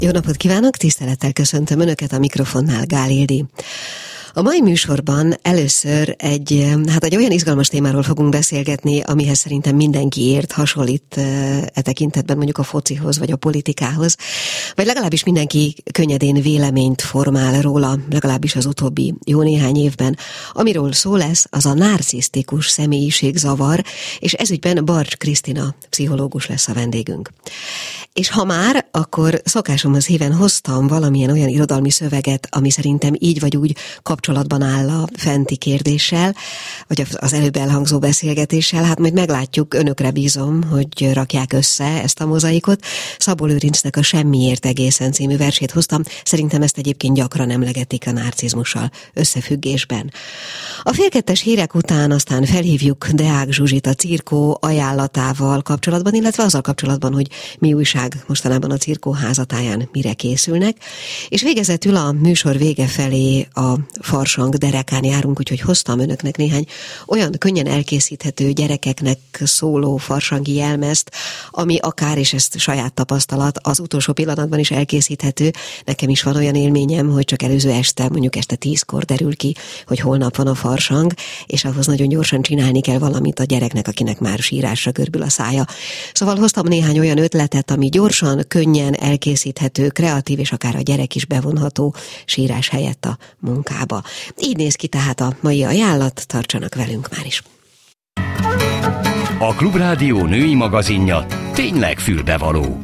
Jó napot kívánok, tisztelettel köszöntöm Önöket, a mikrofonnál Gál Ildi. A mai műsorban először egy olyan izgalmas témáról fogunk beszélgetni, amihez szerintem mindenki ért, hasonlít e tekintetben mondjuk a focihoz vagy a politikához, vagy legalábbis mindenki könnyedén véleményt formál róla, legalábbis az utóbbi jó néhány évben. Amiről szó lesz, az a narcisztikus személyiségzavar, és ezügyben Barcs Krisztina pszichológus lesz a vendégünk. És ha már, akkor szokásomhoz híven hoztam valamilyen olyan irodalmi szöveget, ami szerintem így vagy úgy kapcsolatban áll a fenti kérdéssel, vagy az előbb elhangzó beszélgetéssel. Hát majd meglátjuk, önökre bízom, hogy rakják össze ezt a mozaikot. Szabó Lőrincnek a Semmiért egészen című versét hoztam. Szerintem ezt egyébként gyakran emlegetik a narcizmussal összefüggésben. A fél kettes hírek után aztán felhívjuk Deák Zsuzsit a Cirkó ajánlatával kapcsolatban, illetve azzal kapcsolatban, hogy mi újság mostanában a Cirkó házatáján mire készülnek. És végezetül a műsor vége felé a farsang derekán járunk, úgyhogy hoztam önöknek néhány olyan könnyen elkészíthető, gyerekeknek szóló farsangi jelmezt, ami akár, és ezt saját tapasztalat, az utolsó pillanatban is elkészíthető. Nekem is van olyan élményem, hogy csak előző este, mondjuk este 10-kor derül ki, hogy holnap van a farsang, és ahhoz nagyon gyorsan csinálni kell valamit a gyereknek, akinek már sírásra görbül a szája. Szóval hoztam néhány olyan ötletet, ami gyorsan, könnyen elkészíthető, kreatív, és akár a gyerek is bevonható sírás helyett a munkába. Így néz ki tehát a mai ajánlat, tartsanak velünk már is. A Klubrádió női magazinja tényleg fülbevaló.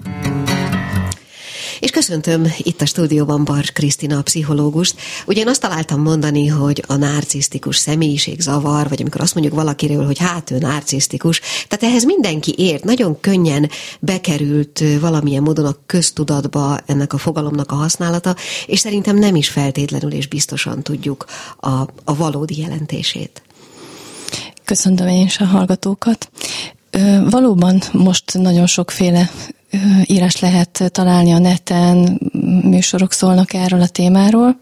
És köszöntöm itt a stúdióban Barcs Krisztina, a pszichológust. Ugye én azt találtam mondani, hogy a narcisztikus személyiségzavar, vagy amikor azt mondjuk valakiről, hogy hát ő narcisztikus, tehát ehhez mindenki ért, nagyon könnyen bekerült valamilyen módon a köztudatba ennek a fogalomnak a használata, és szerintem nem is feltétlenül és biztosan tudjuk a valódi jelentését. Köszöntöm én is a hallgatókat. Valóban most nagyon sokféle írás lehet találni a neten, műsorok szólnak erről a témáról.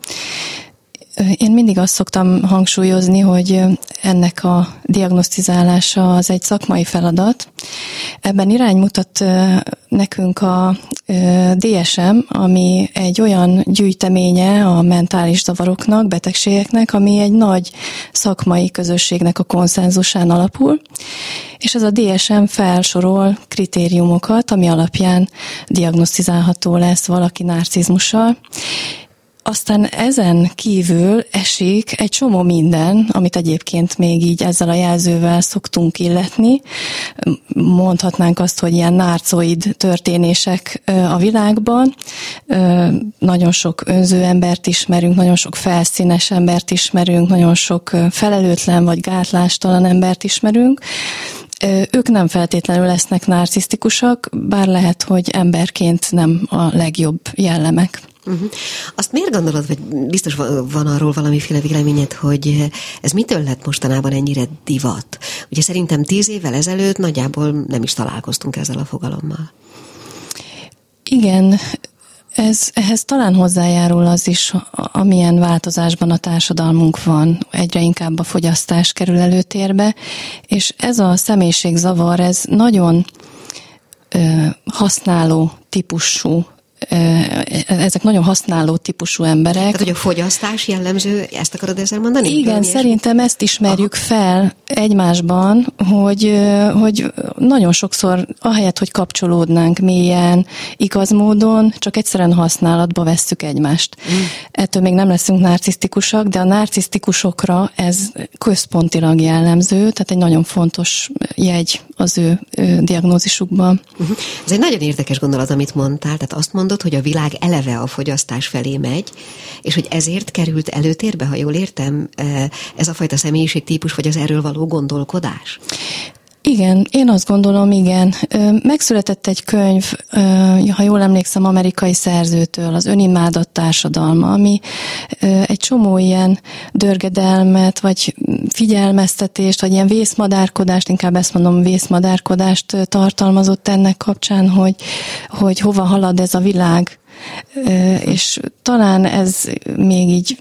Én mindig azt szoktam hangsúlyozni, hogy ennek a diagnosztizálása az egy szakmai feladat. Ebben iránymutat nekünk a DSM, ami egy olyan gyűjteménye a mentális zavaroknak, betegségeknek, ami egy nagy szakmai közösségnek a konszenzusán alapul, és ez a DSM felsorol kritériumokat, ami alapján diagnosztizálható lesz valaki narcizmussal. Aztán ezen kívül esik egy csomó minden, amit egyébként még így ezzel a jelzővel szoktunk illetni. Mondhatnánk azt, hogy ilyen narcoid történések a világban. Nagyon sok önző embert ismerünk, nagyon sok felszínes embert ismerünk, nagyon sok felelőtlen vagy gátlástalan embert ismerünk. Ők nem feltétlenül lesznek narcisztikusak, bár lehet, hogy emberként nem a legjobb jellemek. Uh-huh. Azt miért gondolod, vagy biztos van arról valamiféle véleményed, hogy ez mitől lett mostanában ennyire divat? Ugye szerintem 10 évvel ezelőtt nagyjából nem is találkoztunk ezzel a fogalommal. Igen, ehhez talán hozzájárul az is, amilyen változásban a társadalmunk van, egyre inkább a fogyasztás kerül előtérbe, és ez a személyiségzavar, ez nagyon használó típusú, ezek nagyon használó típusú emberek. Tehát, hogy a fogyasztás jellemző, ezt akarod ezzel mondani? Igen, szerintem ezt ismerjük fel egymásban, hogy nagyon sokszor, ahelyett, hogy kapcsolódnánk mélyen, igaz módon, csak egyszerűen használatba vesszük egymást. Ettől még nem leszünk narcisztikusak, de a narcisztikusokra ez központilag jellemző, tehát egy nagyon fontos jegy az ő diagnózisukban. Ez egy nagyon érdekes gondolat, amit mondtál, tehát azt mondod, hogy a világ eleve a fogyasztás felé megy, és hogy ezért került előtérbe, ha jól értem, ez a fajta személyiségtípus, vagy az erről való gondolkodás? Igen, én azt gondolom, igen. Megszületett egy könyv, ha jól emlékszem, amerikai szerzőtől, az Önimádat társadalma, ami egy csomó ilyen dörgedelmet, vagy figyelmeztetést, vagy ilyen vészmadárkodást, inkább ezt mondom, vészmadárkodást tartalmazott ennek kapcsán, hogy hova halad ez a világ. És talán ez még így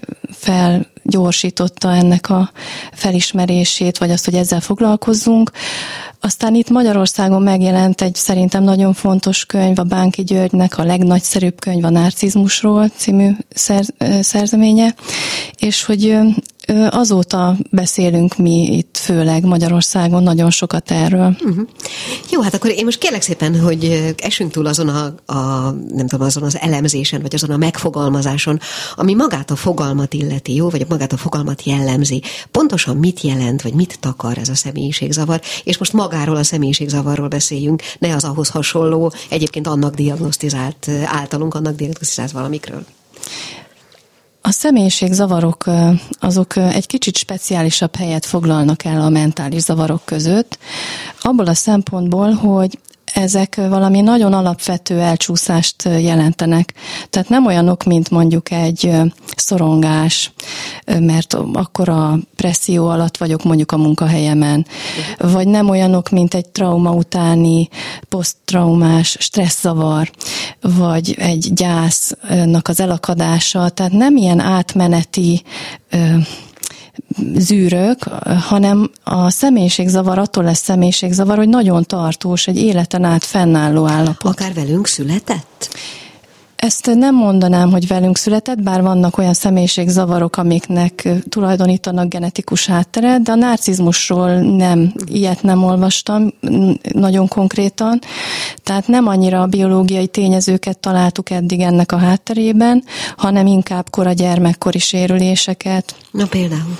felgyorsította ennek a felismerését, vagy azt, hogy ezzel foglalkozzunk. Aztán itt Magyarországon megjelent egy szerintem nagyon fontos könyv, a Bánki Györgynek a legnagyszerűbb könyv, a Narcizmusról című szerzeménye, és hogy azóta beszélünk mi itt, főleg Magyarországon nagyon sokat erről. Jó, hát akkor én most kérlek szépen, hogy esünk túl azon nem tudom, azon az elemzésen, vagy azon a megfogalmazáson, ami magát a fogalmat illeti, jó, vagy magát a fogalmat jellemzi. Pontosan mit jelent, vagy mit takar ez a személyiségzavar, és most magáról a személyiségzavarról beszéljünk, ne az ahhoz hasonló, egyébként általunk diagnosztizált valamikről. A személyiségzavarok azok egy kicsit speciálisabb helyet foglalnak el a mentális zavarok között, abból a szempontból, hogy ezek valami nagyon alapvető elcsúszást jelentenek. Tehát nem olyanok, mint mondjuk egy szorongás, mert akkor a presszió alatt vagyok mondjuk a munkahelyemen, vagy nem olyanok, mint egy trauma utáni poszttraumás stresszzavar, vagy egy gyásznak az elakadása, tehát nem ilyen átmeneti zűrök, hanem a személyiségzavar attól lesz személyiségzavar, hogy nagyon tartós, egy életen át fennálló állapot. Akár velünk született? Ezt nem mondanám, hogy velünk született, bár vannak olyan személyiségzavarok, amiknek tulajdonítanak genetikus hátteret, de a narcizmusról ilyet nem olvastam nagyon konkrétan. Tehát nem annyira a biológiai tényezőket találtuk eddig ennek a hátterében, hanem inkább kora gyermekkori sérüléseket. Na például?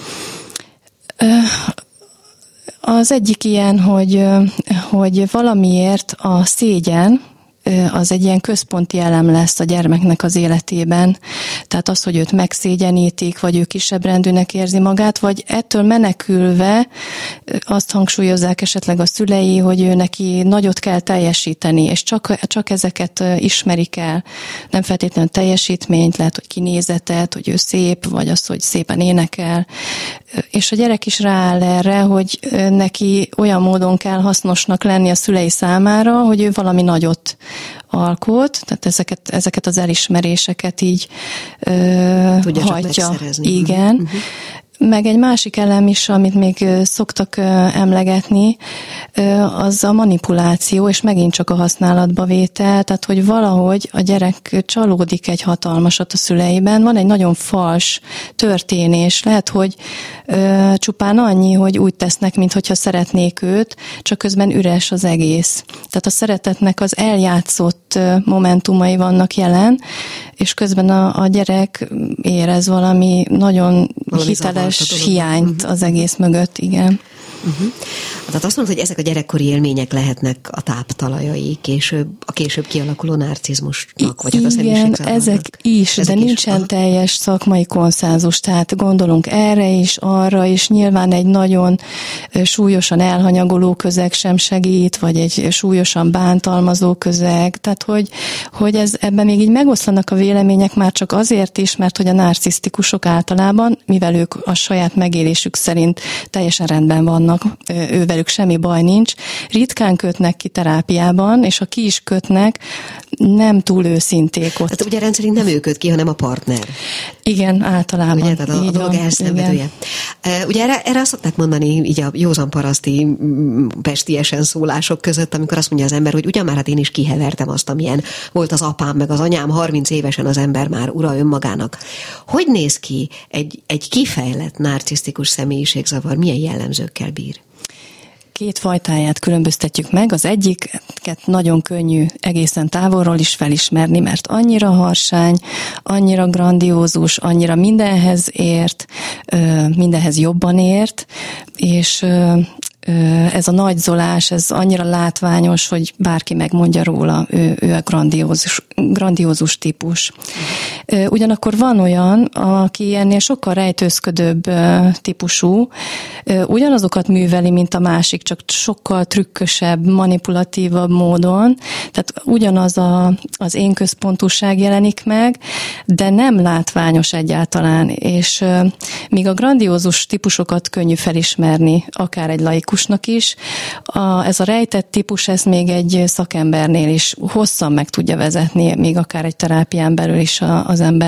Az egyik ilyen, hogy valamiért a szégyen, az egy ilyen központi elem lesz a gyermeknek az életében. Tehát az, hogy őt megszégyenítik, vagy ő kisebbrendűnek érzi magát, vagy ettől menekülve azt hangsúlyozzák esetleg a szülei, hogy ő neki nagyot kell teljesíteni, és csak ezeket ismerik el. Nem feltétlenül teljesítményt, lehet, hogy kinézetet, hogy ő szép, vagy az, hogy szépen énekel. És a gyerek is rááll erre, hogy neki olyan módon kell hasznosnak lenni a szülei számára, hogy ő valami nagyot alkot, tehát ezeket az elismeréseket így hagyja. Igen. Meg egy másik elem is, amit még szoktak emlegetni, az a manipuláció, és megint csak a használatba vétel, tehát hogy valahogy a gyerek csalódik egy hatalmasat a szüleiben, van egy nagyon fals történés, lehet, hogy csupán annyi, hogy úgy tesznek, mintha szeretnék őt, csak közben üres az egész. Tehát a szeretetnek az eljátszott momentumai vannak jelen, és közben a gyerek érez valami nagyon hiteles hiányt az egész mögött, igen. Tehát azt mondod, hogy ezek a gyerekkori élmények lehetnek a táptalajai a később kialakuló narcizmusnak, vagy hát a személyiségzavarnak. Ezek is, de nincsen teljes szakmai konszenzus, tehát gondolunk erre is, arra is, nyilván egy nagyon súlyosan elhanyagoló közeg sem segít, vagy egy súlyosan bántalmazó közeg, tehát hogy ebben még így megoszlanak a vélemények már csak azért is, mert hogy a narcisztikusok általában, mivel ők a saját megélésük szerint teljesen rendben vannak, ővelük semmi baj nincs, ritkán kötnek ki terápiában, és ha ki is kötnek, nem túl őszinték ott. Hát ugye rendszerint nem ő köt ki, hanem a partner. Igen, általában. Ugye, tehát a dolog elszenvedője. Ugye erre azt szokták mondani így a józan paraszti pestiesen szólások között, amikor azt mondja az ember, hogy ugyan már hát én is kihevertem azt, amilyen volt az apám, meg az anyám, 30 évesen az ember már ura önmagának. Hogy néz ki egy kifejlett narcisztikus személyiségzavar, milyen jellemzőkkel bír? Két fajtáját különböztetjük meg. Az egyiket nagyon könnyű egészen távolról is felismerni, mert annyira harsány, annyira grandiózus, annyira mindenhez ért, mindenhez jobban ért, és ez a nagyzolás, ez annyira látványos, hogy bárki megmondja róla, ő a grandiózus típus. Ugyanakkor van olyan, aki ennél sokkal rejtőzködőbb típusú, ugyanazokat műveli, mint a másik, csak sokkal trükkösebb, manipulatívabb módon, tehát ugyanaz az én központúság jelenik meg, de nem látványos egyáltalán, és míg a grandiózus típusokat könnyű felismerni, akár egy laikusnak is, ez a rejtett típus, ez még egy szakembernél is hosszan meg tudja vezetni, még akár egy terápián belül is az embert.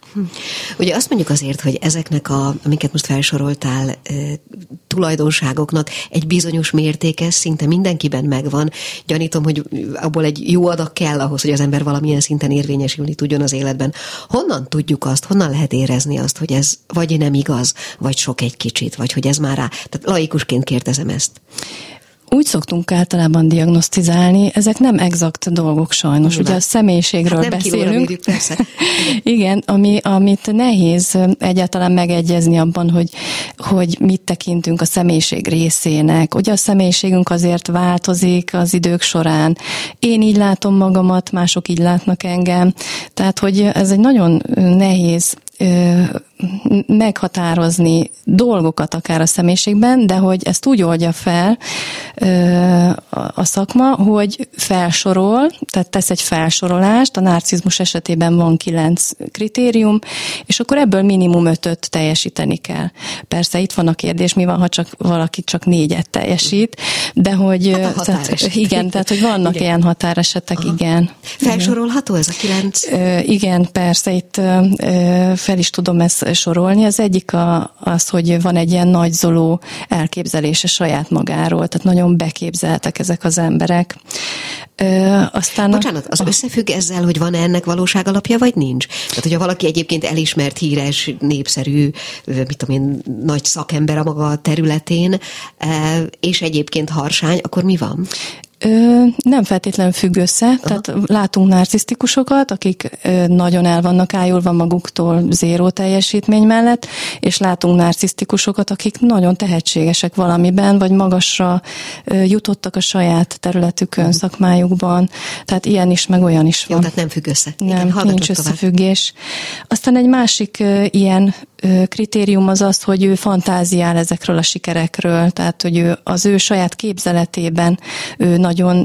Ugye azt mondjuk azért, hogy ezeknek amiket most felsoroltál, tulajdonságoknak egy bizonyos mértéke szinte mindenkiben megvan. Gyanítom, hogy abból egy jó adag kell ahhoz, hogy az ember valamilyen szinten érvényesülni tudjon az életben. Honnan tudjuk azt, honnan lehet érezni azt, hogy ez vagy nem igaz, vagy sok egy kicsit, vagy hogy ez már rá. Tehát laikusként kérdezem ezt. Úgy szoktunk általában diagnosztizálni, ezek nem exakt dolgok sajnos. Ugye a személyiségről nem beszélünk. Mérjük, persze. Igen, amit nehéz egyáltalán megegyezni abban, hogy mit tekintünk a személyiség részének. Ugye a személyiségünk azért változik az idők során. Én így látom magamat, mások így látnak engem. Tehát, hogy ez egy nagyon nehéz meghatározni dolgokat akár a személyiségben, de hogy ezt úgy oldja fel a szakma, hogy felsorol, tehát tesz egy felsorolást, a narcizmus esetében van 9 kritérium, és akkor ebből minimum 5-öt teljesíteni kell. Persze itt van a kérdés, mi van, ha valaki csak 4-et teljesít, de hogy tehát hogy vannak igen. Ilyen határesetek, aha. Igen. Felsorolható ez a 9? Igen, persze, itt fel is tudom ezt sorolni. Az egyik az, hogy van egy ilyen nagyzoló elképzelése saját magáról, tehát nagyon beképzeltek ezek az emberek. Aztán bocsánat, az összefügg ezzel, hogy van-e ennek valóság alapja, vagy nincs? Tehát, hogyha valaki egyébként elismert, híres, népszerű, mit tudom én, nagy szakember a maga területén, és egyébként harsány, akkor mi van? Nem feltétlenül függ össze, tehát látunk narcisztikusokat, akik nagyon el vannak ájulva maguktól zéró teljesítmény mellett, és látunk narcisztikusokat, akik nagyon tehetségesek valamiben, vagy magasra jutottak a saját területükön, szakmájukban, tehát ilyen is, meg olyan is van. Jó, tehát nem függ össze. Nem, nincs összefüggés. Aztán egy másik ilyen kritérium az, hogy ő fantáziál ezekről a sikerekről, tehát hogy az ő saját képzeletében ő nagyon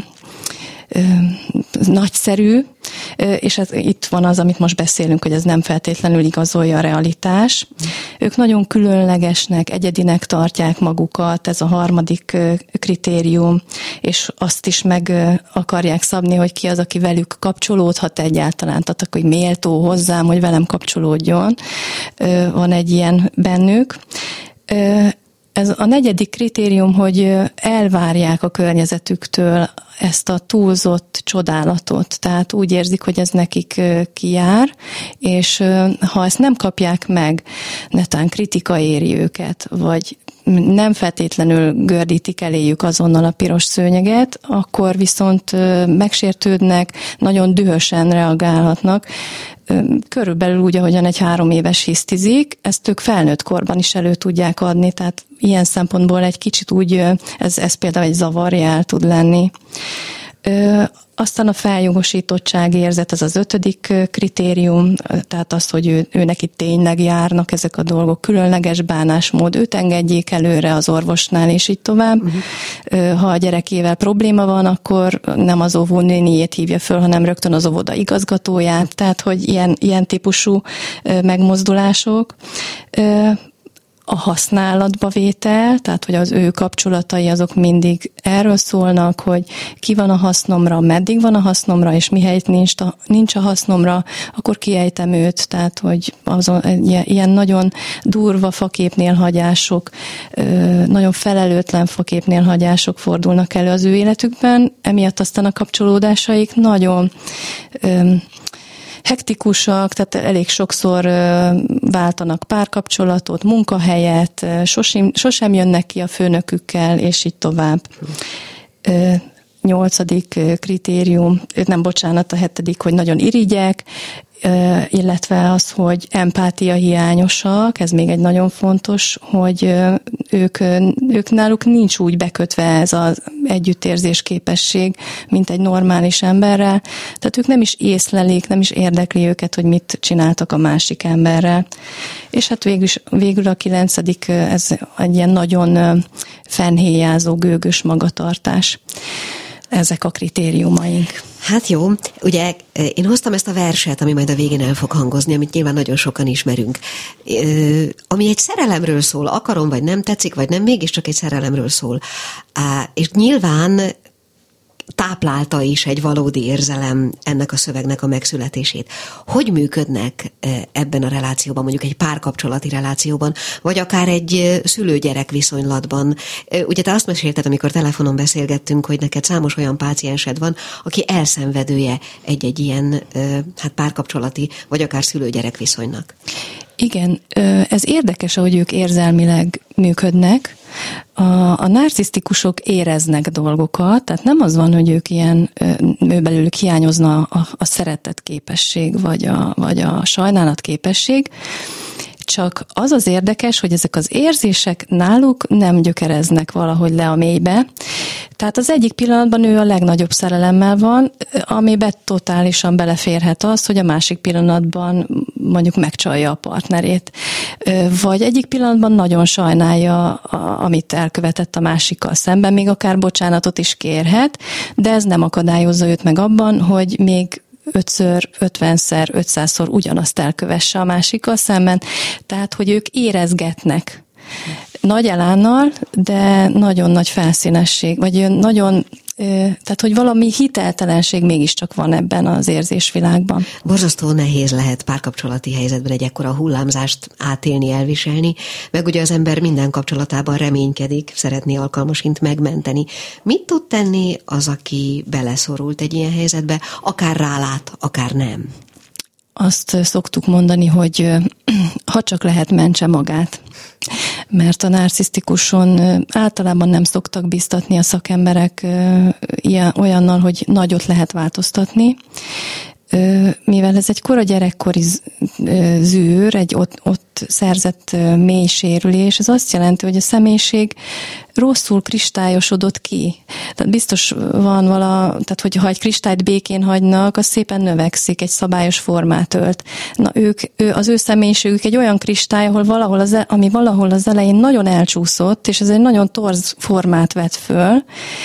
nagyszerű, és itt van az, amit most beszélünk, hogy ez nem feltétlenül igazolja a realitás. Ők nagyon különlegesnek, egyedinek tartják magukat, ez a harmadik kritérium, és azt is meg akarják szabni, hogy ki az, aki velük kapcsolódhat egyáltalán, tehát hogy méltó hozzám, hogy velem kapcsolódjon. Van egy ilyen bennük. Ez a negyedik kritérium, hogy elvárják a környezetüktől ezt a túlzott csodálatot, tehát úgy érzik, hogy ez nekik kijár, és ha ezt nem kapják meg, netán kritika éri őket, vagy nem feltétlenül gördítik eléjük azonnal a piros szőnyeget, akkor viszont megsértődnek, nagyon dühösen reagálhatnak, körülbelül úgy, ahogyan egy 3 éves hisztizik, ezt ők felnőtt korban is elő tudják adni, tehát ilyen szempontból egy kicsit úgy, ez például egy zavarjel tud lenni. Aztán a feljogosítottság érzet, ez az 5. kritérium, tehát az, hogy ő neki tényleg járnak ezek a dolgok, különleges bánásmód, őt engedjék előre az orvosnál, és így tovább. Ha a gyerekével probléma van, akkor nem az óvónéniét hívja föl, hanem rögtön az óvoda igazgatóját, tehát hogy ilyen típusú megmozdulások. A használatba vétel, tehát hogy az ő kapcsolatai azok mindig erről szólnak, hogy ki van a hasznomra, meddig van a hasznomra, és mihelyt nincs a hasznomra, akkor kiejtem őt, tehát hogy azon, ilyen nagyon durva faképnél hagyások, nagyon felelőtlen faképnél hagyások fordulnak elő az ő életükben, emiatt aztán a kapcsolódásaik nagyon hektikusak, tehát elég sokszor váltanak párkapcsolatot, munkahelyet, sosem jönnek ki a főnökükkel, és így tovább. 8. kritérium, a 7., hogy nagyon irigyek, illetve az, hogy empátia hiányosak, ez még egy nagyon fontos, hogy ők náluk nincs úgy bekötve ez az együttérzés képesség, mint egy normális emberrel, tehát ők nem is észlelik, nem is érdekli őket, hogy mit csináltak a másik emberrel. És hát végül a 9. ez egy ilyen nagyon fennhéjázó, gőgös magatartás. Ezek a kritériumaink. Hát jó, ugye én hoztam ezt a verset, ami majd a végén el fog hangozni, amit nyilván nagyon sokan ismerünk. Ami egy szerelemről szól, akarom, vagy nem tetszik, vagy nem, mégiscsak egy szerelemről szól. És nyilván táplálta is egy valódi érzelem ennek a szövegnek a megszületését. Hogy működnek ebben a relációban, mondjuk egy párkapcsolati relációban, vagy akár egy szülő-gyerek viszonylatban? Ugye te azt mesélted, amikor telefonon beszélgettünk, hogy neked számos olyan páciensed van, aki elszenvedője egy ilyen párkapcsolati, vagy akár szülő-gyerek viszonynak. Igen, ez érdekes, ahogy ők érzelmileg működnek. A narcisztikusok éreznek dolgokat, tehát nem az van, hogy ők belőlük hiányozna a szeretet képesség, vagy a sajnálat képesség, csak az érdekes, hogy ezek az érzések náluk nem gyökereznek valahogy le a mélybe. Tehát az egyik pillanatban ő a legnagyobb szerelemmel van, amiben totálisan beleférhet az, hogy a másik pillanatban mondjuk megcsalja a partnerét. Vagy egyik pillanatban nagyon sajnálja, amit elkövetett a másikkal szemben, még akár bocsánatot is kérhet, de ez nem akadályozza őt meg abban, hogy még 5-ször, 50-szer, 500-szor ugyanazt elkövesse a másikkal szemben. Tehát, hogy ők érezgetnek nagy elánnal, de nagyon nagy felszínesség, vagy nagyon, tehát, hogy valami hiteltelenség mégiscsak van ebben az érzésvilágban. Borzasztó nehéz lehet párkapcsolati helyzetben egy ekkora hullámzást átélni, elviselni, meg ugye az ember minden kapcsolatában reménykedik, szeretné alkalmasint megmenteni. Mit tud tenni az, aki beleszorult egy ilyen helyzetbe, akár rálát, akár nem? Azt szoktuk mondani, hogy ha csak lehet, mentse magát. Mert a narcisztikuson általában nem szoktak biztatni a szakemberek olyannal, hogy nagyot lehet változtatni, mivel ez egy kora gyerekkori zűr, egy ott szerzett mély sérülés, ez azt jelenti, hogy a személyiség rosszul kristályosodott ki. Tehát biztos van tehát hogyha egy kristályt békén hagynak, az szépen növekszik, egy szabályos formát ölt. Na az ő személyiségük egy olyan kristály, ami valahol az elején nagyon elcsúszott, és ez egy nagyon torz formát vett föl,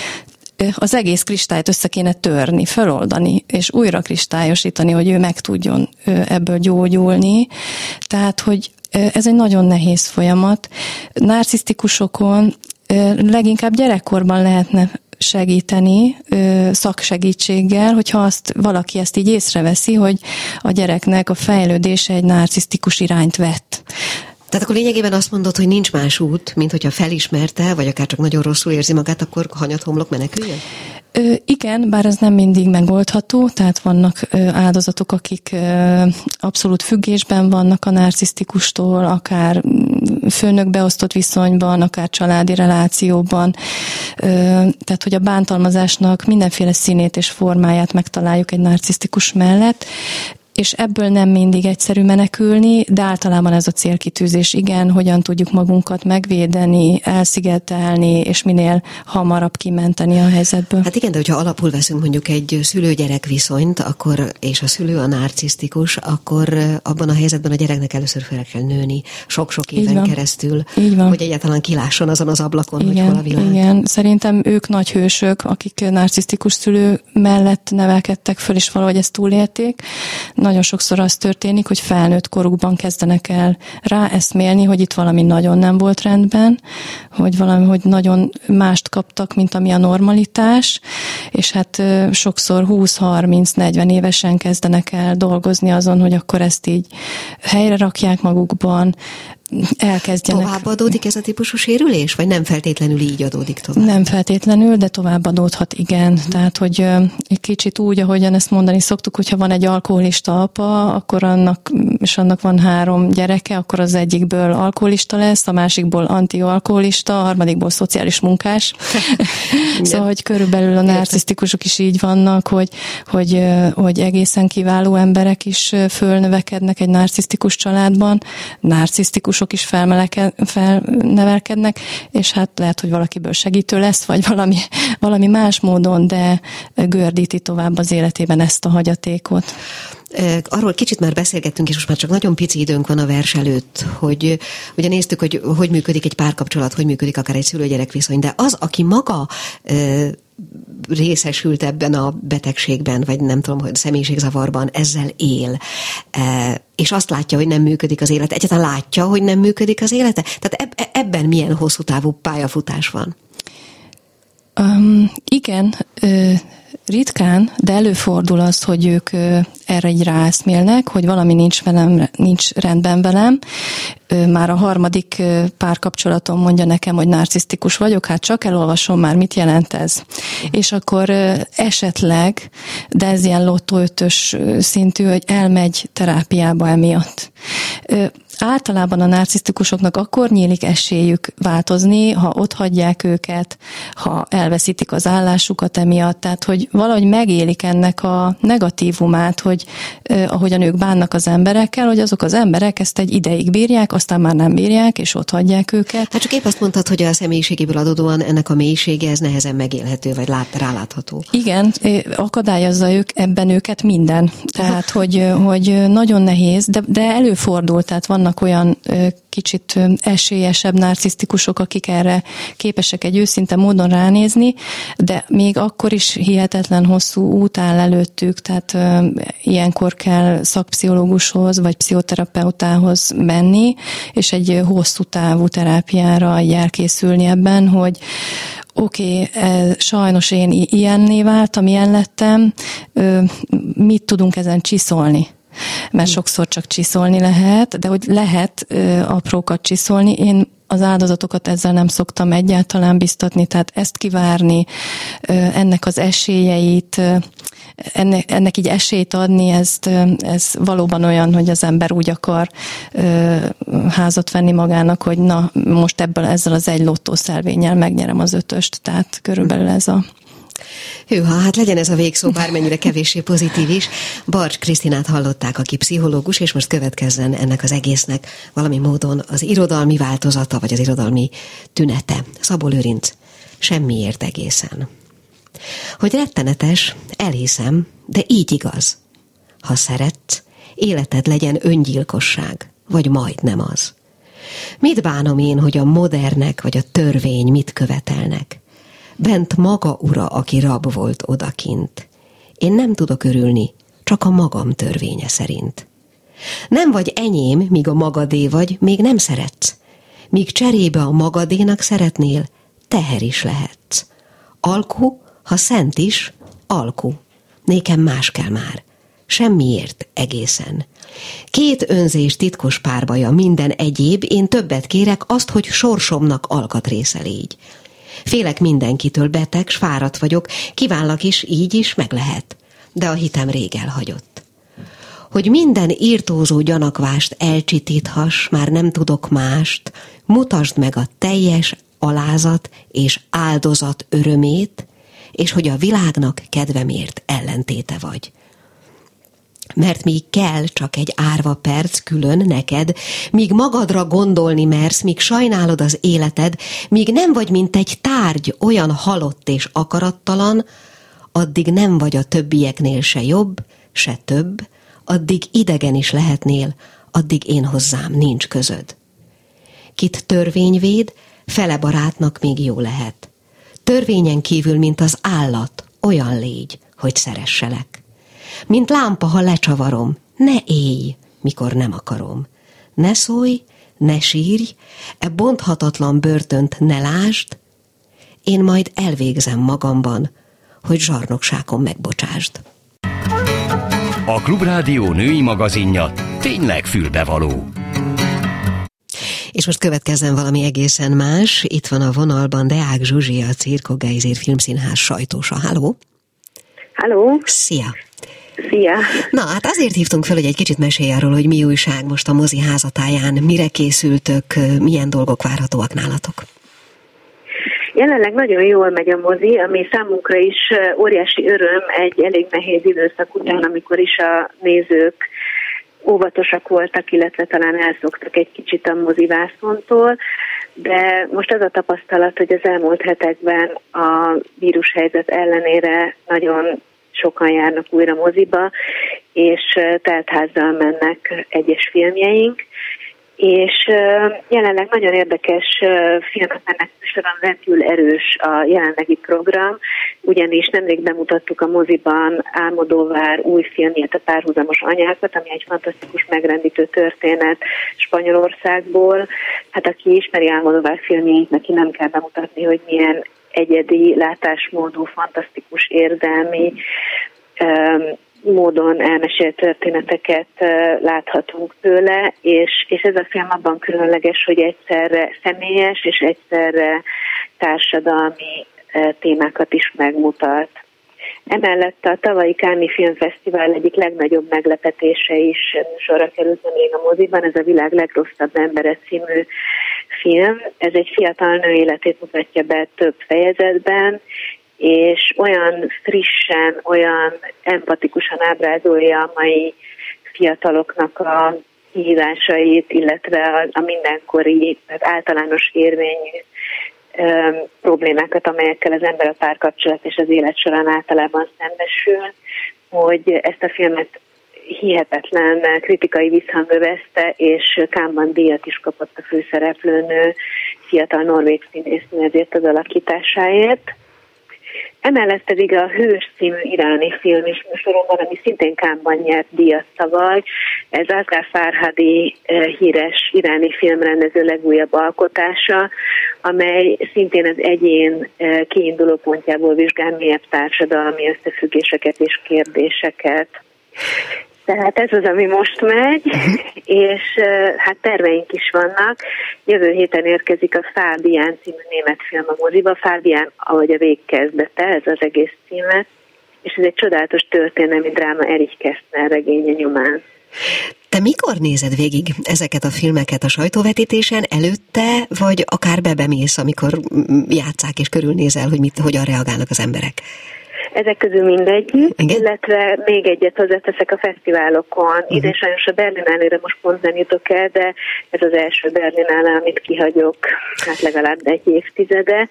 az egész kristályt össze kéne törni, feloldani, és újra kristályosítani, hogy ő meg tudjon ebből gyógyulni. Tehát, hogy ez egy nagyon nehéz folyamat. Narcisztikusokon leginkább gyerekkorban lehetne segíteni szaksegítséggel, hogyha valaki ezt így észreveszi, hogy a gyereknek a fejlődése egy narcisztikus irányt vett. Tehát akkor lényegében azt mondod, hogy nincs más út, mint hogyha felismerte, vagy akár csak nagyon rosszul érzi magát, akkor hanyat-homlok meneküljön? Igen, bár ez nem mindig megoldható, tehát vannak áldozatok, akik abszolút függésben vannak a narcisztikustól, akár főnök-beosztott viszonyban, akár családi relációban. Tehát, hogy a bántalmazásnak mindenféle színét és formáját megtaláljuk egy narcisztikus mellett, és ebből nem mindig egyszerű menekülni, de általában ez a célkitűzés, igen, hogyan tudjuk magunkat megvédeni, elszigetelni, és minél hamarabb kimenteni a helyzetből. Hát igen, de hogyha alapul veszünk mondjuk egy szülő-gyerek viszonyt, és a szülő a narcisztikus, akkor abban a helyzetben a gyereknek először fel kell nőni sok-sok éven keresztül, hogy egyáltalán kilásson azon az ablakon, igen, hogy hol a világ. Igen, szerintem ők nagy hősök, akik narcisztikus szülő mellett nevelkedtek föl, és valahogy ezt túlélték. Nagyon sokszor az történik, hogy felnőtt korukban kezdenek el ráeszmélni, hogy itt valami nagyon nem volt rendben, hogy nagyon mást kaptak, mint ami a normalitás, és hát sokszor 20-30-40 évesen kezdenek el dolgozni azon, hogy akkor ezt így helyre rakják magukban, elkezdjenek. Tovább adódik ez a típusú sérülés, vagy nem feltétlenül így adódik tovább? Nem feltétlenül, de tovább adódhat, igen. Tehát, hogy egy kicsit úgy, ahogyan ezt mondani szoktuk, hogyha van egy alkoholista apa, akkor annak van 3 gyereke, akkor az egyikből alkoholista lesz, a másikból antialkoholista, a harmadikból szociális munkás. Szóval, hogy körülbelül a narcisztikusok is így vannak, hogy egészen kiváló emberek is fölnövekednek egy narcisztikus családban, narcisztikus is felnevelkednek, és hát lehet, hogy valakiből segítő lesz, vagy valami más módon, de gördíti tovább az életében ezt a hagyatékot. Arról kicsit már beszélgettünk, és most már csak nagyon pici időnk van a vers előtt, hogy ugye néztük, hogy működik egy párkapcsolat, hogy működik akár egy szülő-gyerek viszony, de az, aki maga részesült ebben a betegségben, vagy nem tudom, hogy személyiségzavarban, ezzel él, és azt látja, hogy nem működik az élete. Egyáltalán látja, hogy nem működik az élete? Tehát ebben milyen hosszú távú pályafutás van? Igen, ritkán, de előfordul az, hogy ők erre így ráeszmélnek, hogy valami nincs rendben velem. Már a harmadik párkapcsolatom mondja nekem, hogy narcisztikus vagyok, hát csak elolvasom már, mit jelent ez. És akkor esetleg, de ez ilyen lottó ötös szintű, hogy elmegy terápiába emiatt. Általában a narcisztikusoknak akkor nyílik esélyük változni, ha otthagyják őket, ha elveszítik az állásukat emiatt, tehát hogy valahogy megélik ennek a negatívumát, hogy ahogyan ők bánnak az emberekkel, hogy azok az emberek ezt egy ideig bírják, aztán már nem bírják, és otthagyják őket. Hát csak épp azt mondtad, hogy a személyiségéből adódóan ennek a mélysége, ez nehezen megélhető, vagy rálátható. Igen, akadályozza őket minden. Tehát, hogy nagyon nehéz, de előfordul, tehát vannak olyan kicsit esélyesebb narcisztikusok, akik erre képesek egy őszinte módon ránézni, de még akkor is hihetetlen hosszú út áll előttük, tehát ilyenkor kell szakpszichológushoz vagy pszichoterapeutához menni, és egy hosszú távú terápiára elkészülni ebben, hogy oké, sajnos én ilyenné váltam, ilyen lettem, mit tudunk ezen csiszolni? Mert sokszor csak csiszolni lehet, de hogy lehet aprókat csiszolni, én az áldozatokat ezzel nem szoktam egyáltalán biztatni, tehát ezt kivárni, ennek az esélyeit, ennek így esélyt adni, ez valóban olyan, hogy az ember úgy akar házat venni magának, hogy na, most ezzel az egy lottószelvénnyel megnyerem az 5-öst, tehát körülbelül ez a... Hűha, hát legyen ez a végszó bármennyire kevéssé pozitív is. Barcs Krisztinát hallották, aki pszichológus, és most következzen ennek az egésznek valami módon az irodalmi változata, vagy az irodalmi tünete. Szabó Lőrinc, semmiért egészen. Hogy rettenetes, elhiszem, de így igaz. Ha szeretsz, életed legyen öngyilkosság, vagy majdnem az. Mit bánom én, hogy a modernek vagy a törvény mit követelnek? Bent maga ura, aki rab volt odakint. Én nem tudok örülni, csak a magam törvénye szerint. Nem vagy enyém, míg a magadé vagy, még nem szeretsz. Míg cserébe a magadénak szeretnél, teher is lehetsz. Alku, ha szent is, alku. Nékem más kell már. Semmiért egészen. Két önzés titkos párbaja, minden egyéb, én többet kérek, azt, hogy sorsomnak alkatrésze légy. Félek mindenkitől, beteg, s fáradt vagyok, kívánlak is, így is, meg lehet. De a hitem rég elhagyott. Hogy minden írtózó gyanakvást elcsitíthass, már nem tudok mást, mutasd meg a teljes alázat és áldozat örömét, és hogy a világnak kedvemért ellentéte vagy. Mert míg kell csak egy árva perc külön neked, míg magadra gondolni mersz, míg sajnálod az életed, míg nem vagy, mint egy tárgy, olyan halott és akarattalan, addig nem vagy a többieknél se jobb, se több, addig idegen is lehetnél, addig én hozzám nincs közöd. Kit törvény véd, fele barátnak még jó lehet. Törvényen kívül, mint az állat, olyan légy, hogy szeresselek. Mint lámpa, ha lecsavarom, ne élj, mikor nem akarom. Ne szólj, ne sírj, e bonthatatlan börtönt ne lásd, én majd elvégzem magamban, hogy zsarnokságon megbocsásd. A Klubrádió női magazinja tényleg fülbevaló. És most következzen valami egészen más. Itt van a vonalban Deák Zsuzsi, a Cirkok Gejzír Filmszínház sajtósa. Halló! Halló! Szia! Szia! Na, hát azért hívtunk fel, hogy egy kicsit mesélj arról, hogy mi újság most a mozi házatáján, mire készültök, milyen dolgok várhatóak nálatok. Jelenleg nagyon jól megy a mozi, ami számunkra is óriási öröm egy elég nehéz időszak után, amikor is a nézők óvatosak voltak, illetve talán elszoktak egy kicsit a mozivászontól, de most az a tapasztalat, hogy az elmúlt hetekben a vírushelyzet ellenére nagyon sokan járnak újra moziba, és teltházzal mennek egyes filmjeink, és jelenleg nagyon érdekes filmek mennek soron, rendkívül erős a jelenlegi program, ugyanis nemrég bemutattuk a moziban Almodóvar új filmjét, a Párhuzamos anyákat, ami egy fantasztikus megrendítő történet Spanyolországból. Hát aki ismeri Almodóvar filmjét, neki nem kell bemutatni, hogy milyen egyedi látásmódú, fantasztikus érzelmi módon elmesélt történeteket láthatunk tőle, és ez a film abban különleges, hogy egyszerre személyes és egyszerre társadalmi témákat is megmutat. Emellett a tavalyi Cannes Filmfesztivál egyik legnagyobb meglepetése is sorra került még a moziban, ez a Világ legrosszabb embere című film. Ez egy fiatal nő életét mutatja be több fejezetben, és olyan frissen, olyan empatikusan ábrázolja a mai fiataloknak a kihívásait, illetve a mindenkori, tehát általános érvényű problémákat, amelyekkel az ember a párkapcsolat és az élet során általában szembesül, hogy ezt a filmet hihetetlen kritikai visszhang övezte, és Cannes-ban díjat is kapott a főszereplőnő, fiatal norvég színésznő ezért az alakításáért. Emellett pedig a Hős című iráni film is műsoromban, ami szintén Cannes-ban nyert díjat tavaly. Ez Asghar Farhadi híres iráni filmrendező legújabb alkotása, amely szintén az egyén kiinduló pontjából vizsgál mélyebb társadalmi összefüggéseket és kérdéseket. Tehát ez az, ami most megy, és hát terveink is vannak. Jövő héten érkezik a Fábián című német film a moziba. Fábián, ahogy a végkezdete, ez az egész címe, és ez egy csodálatos történelmi dráma Erich Kästner regénye nyomán. Te mikor nézed végig ezeket a filmeket a sajtóvetítésen, előtte, vagy akár bemész, amikor játsszák és körülnézel, hogy hogyan reagálnak az emberek? Ezek közül mindegyik, illetve még egyet hozzáteszek a fesztiválokon. Idén sajnos a Berlinálére most pont nem jutok el, de ez az első Berlinálé, amit kihagyok, hát legalább egy évtizede.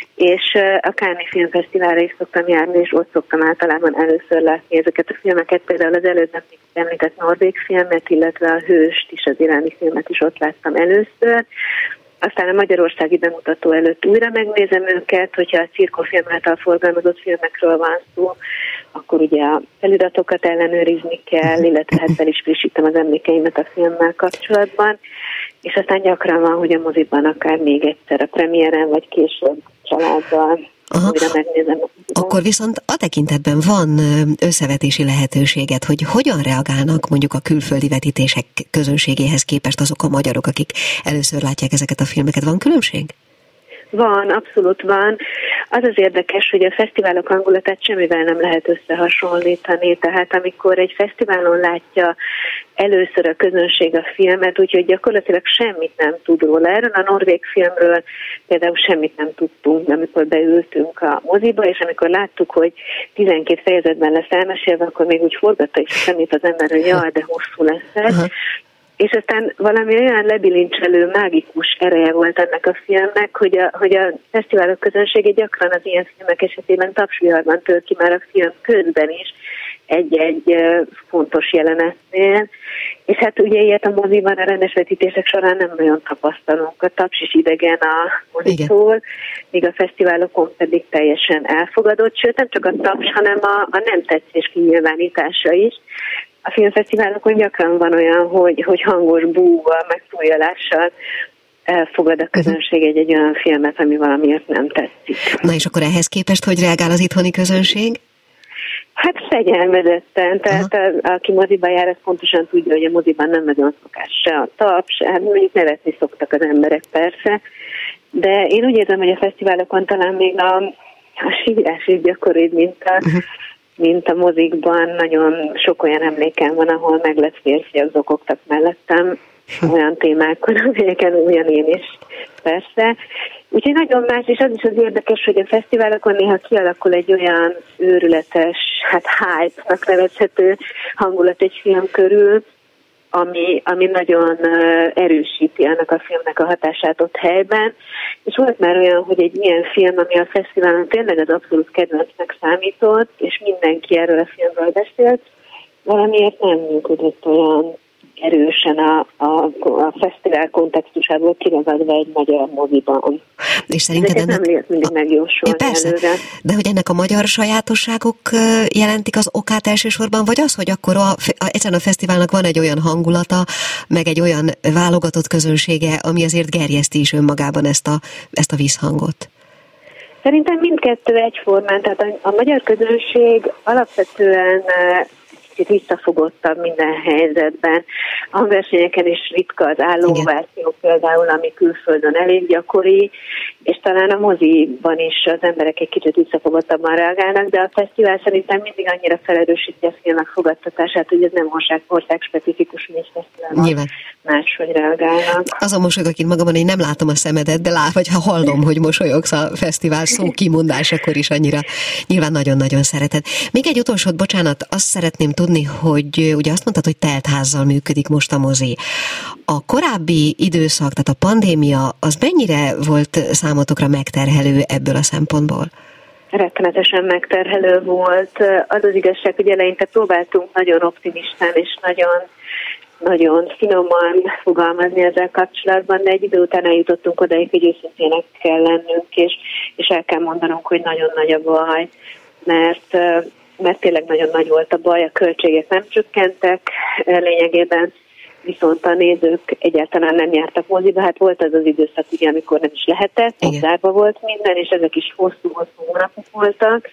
És a Cannes Filmfesztiválra is szoktam járni, és ott szoktam általában először látni ezeket a filmeket. Például az előbb említett norvég filmet, illetve a Hőst is, az iráni filmet is ott láttam először. Aztán a magyarországi bemutató előtt újra megnézem őket, hogyha a Cirkofilm által forgalmazott filmekről van szó, akkor ugye a feliratokat ellenőrizni kell, illetve hát fel is frissítem az emlékeimet a filmmel kapcsolatban, és aztán gyakran van, hogy a moziban akár még egyszer a premiéren, vagy később családdal újra megnézem. Akkor viszont a tekintetben van összevetési lehetőséget, hogy hogyan reagálnak mondjuk a külföldi vetítések közönségéhez képest azok a magyarok, akik először látják ezeket a filmeket. Van különbség? Van, abszolút van. Az az érdekes, hogy a fesztiválok hangulatát semmivel nem lehet összehasonlítani, tehát amikor egy fesztiválon látja először a közönség a filmet, úgyhogy gyakorlatilag semmit nem tud róla. Erről a norvég filmről például semmit nem tudtunk, amikor beültünk a moziba, és amikor láttuk, hogy 12 fejezetben lesz elmesélve, akkor még úgy forgatta is a szemét az ember, hogy jaj, de hosszú lesz ez. És aztán valami olyan lebilincselő, mágikus ereje volt ennek a filmnek, hogy a fesztiválok közönsége gyakran az ilyen filmek esetében tapsviharban tör ki már a film közben is egy-egy fontos jelenetnél. És hát ugye ilyet a moziban a rendes vetítések során nem nagyon tapasztalunk. A taps is idegen a mozitól, míg a fesztiválokon pedig teljesen elfogadott, sőt nem csak a taps, hanem a nem tetszés kinyilvánítása is. A filmfesztiválokon gyakran van olyan, hogy hangos búval, meg túljalással elfogad a közönség egy olyan filmet, ami valamiért nem tetszik. Na és akkor ehhez képest, hogy reagál az itthoni közönség? Hát fegyelmezetten, tehát aki moziba jár, az pontosan tudja, hogy a moziban nem nagyon szokás se a taps, hát mondjuk nevetni szoktak az emberek persze, de én úgy érzem, hogy a fesztiválokon talán még a sírás is gyakoribb, mint a mozikban. Nagyon sok olyan emlékem van, ahol meglett férfiak zokogtak mellettem, olyan témákon, amelyeken ugyan én is, persze. Úgyhogy nagyon más, és az is az érdekes, hogy a fesztiválokon néha kialakul egy olyan őrületes, hát hype-nak nevezhető hangulat egy film körül, ami nagyon erősíti annak a filmnek a hatását ott helyben. És volt már olyan, hogy egy ilyen film, ami a fesztiválon tényleg az abszolút kedvencnek számított, és mindenki erről a filmről beszélt, valamiért nem működött olyan erősen a fesztivál kontextusából kiragadva egy magyar moziban. És szerinted nem lehet mindig megjósolni előre. De hogy ennek a magyar sajátosságok jelentik az okát elsősorban, vagy az, hogy akkor egyszerűen a fesztiválnak van egy olyan hangulata, meg egy olyan válogatott közönsége, ami azért gerjeszti is önmagában ezt a visszhangot? Szerintem mindkettő egyformán, tehát a magyar közönség alapvetően visszafogottabb minden helyzetben. A hangversenyeken is ritka az állóováció például, ami külföldön elég gyakori, és talán a moziban is az emberek egy kicsit visszafogottabban reagálnak, de a fesztivál szerintem mindig annyira felerősíti a filmek fogadtatását, hogy ez nem országspecifikus, és fesztiválban máshogy reagálnak. Azon mosolygok itt magamon, hogy nem látom a szemedet, de vagy ha hallom, hogy mosolyogsz a fesztivál szó kimondásakor is annyira nyilván nagyon-nagyon szereted. Még egy utolsót, bocsánat, azt szeretném tudni, hogy ugye azt mondtad, hogy teltházzal működik most a mozi. A korábbi időszak, tehát a pandémia, az mennyire volt számotokra megterhelő ebből a szempontból? Rettenetesen megterhelő volt. Az az igazság, hogy eleinte próbáltunk nagyon optimistán és nagyon finoman fogalmazni ezzel kapcsolatban, de egy idő után eljutottunk odaig, hogy őszintének kell lennünk, és el kell mondanunk, hogy nagyon nagy a baj, mert tényleg nagyon nagy volt a baj, a költségek nem csökkentek lényegében, viszont a nézők egyáltalán nem jártak moziba, hát volt az időszak, ugye, amikor nem is lehetett, zárva volt minden, és ezek is hosszú-hosszú hónapok voltak,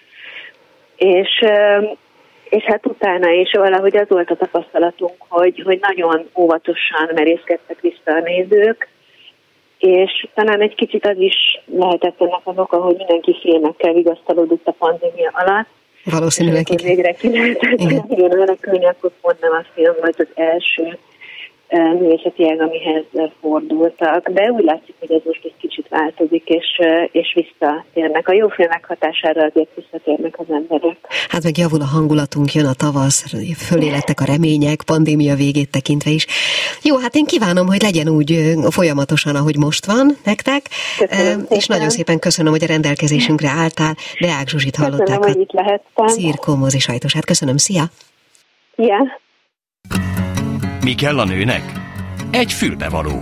és hát utána is valahogy az volt a tapasztalatunk, hogy nagyon óvatosan merészkedtek vissza a nézők, és talán egy kicsit az is lehetett ennek az oka, hogy mindenki filmekkel vigasztalódott a pandémia alatt. Valószínűleg. És végre ki lehetett menekülni, akkor pont nem a film volt az első művészeti ág, amihez fordultak, de úgy látszik, hogy ez most egy kicsit változik, és visszatérnek. A jó filmek hatására azért visszatérnek az emberek. Hát meg javul a hangulatunk, jön a tavasz, fölélettek a remények, pandémia végét tekintve is. Jó, hát én kívánom, hogy legyen úgy folyamatosan, ahogy most van nektek, és nagyon szépen köszönöm, hogy a rendelkezésünkre álltál. Deák Zsuzsit hallották. Köszönöm, hogy itt lehettem. Cirkó mozi sajtósát. Köszönöm, szia! Ja. Mi kell a nőnek? Egy fülbevaló.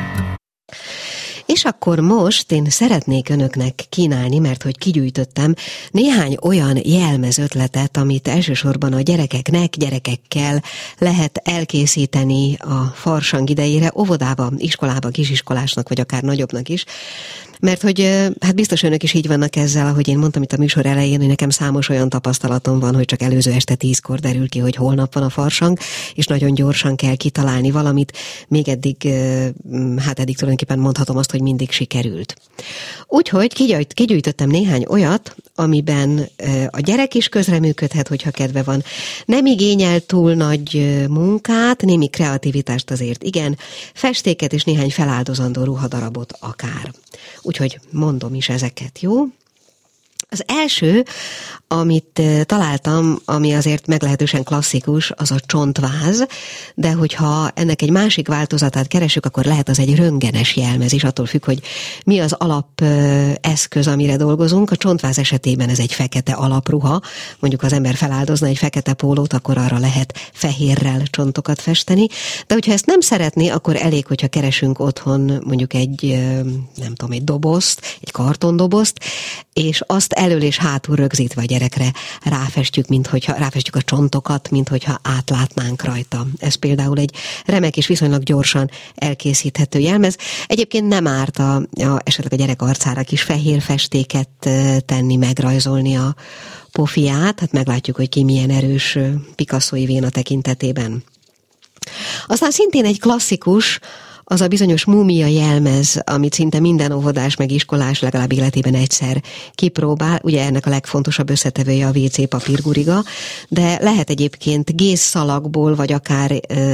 És akkor most én szeretnék önöknek kínálni, mert hogy kigyűjtöttem néhány olyan jelmezötletet, amit elsősorban a gyerekekkel lehet elkészíteni a farsang idejére, óvodába, iskolába, kisiskolásnak, vagy akár nagyobbnak is. Mert hogy hát biztos önök is így vannak ezzel, ahogy én mondtam itt a műsor elején, hogy nekem számos olyan tapasztalatom van, hogy csak előző este 10-kor derül ki, hogy holnap van a farsang, és nagyon gyorsan kell kitalálni valamit, még eddig tulajdonképpen mondhatom azt, hogy mindig sikerült. Úgyhogy kigyűjtöttem néhány olyat, amiben a gyerek is közreműködhet, hogyha kedve van. Nem igényel túl nagy munkát, némi kreativitást azért igen, festéket és néhány feláldozandó ruhadarabot akár. Úgyhogy mondom is ezeket, jó? Az első, amit találtam, ami azért meglehetősen klasszikus, az a csontváz, de hogyha ennek egy másik változatát keresünk, akkor lehet az egy röntgenes jelmez is, attól függ, hogy mi az alapeszköz, amire dolgozunk. A csontváz esetében ez egy fekete alapruha, mondjuk az ember feláldozna egy fekete pólót, akkor arra lehet fehérrel csontokat festeni, de hogyha ezt nem szeretné, akkor elég, hogyha keresünk otthon mondjuk egy dobozt, egy kartondobozt, és azt elől és hátul rögzítve a gyerekre ráfestjük a csontokat, minthogyha átlátnánk rajta. Ez például egy remek és viszonylag gyorsan elkészíthető jelmez. Egyébként nem árt esetleg a gyerek arcára kis fehér festéket tenni, megrajzolni a pofiát, hát meglátjuk, hogy ki milyen erős Picasso-i véna tekintetében. Aztán szintén egy klasszikus, az a bizonyos múmia jelmez, amit szinte minden óvodás meg iskolás legalább életében egyszer kipróbál. Ugye ennek a legfontosabb összetevője a WC papírguriga, de lehet egyébként gézszalagból, vagy akár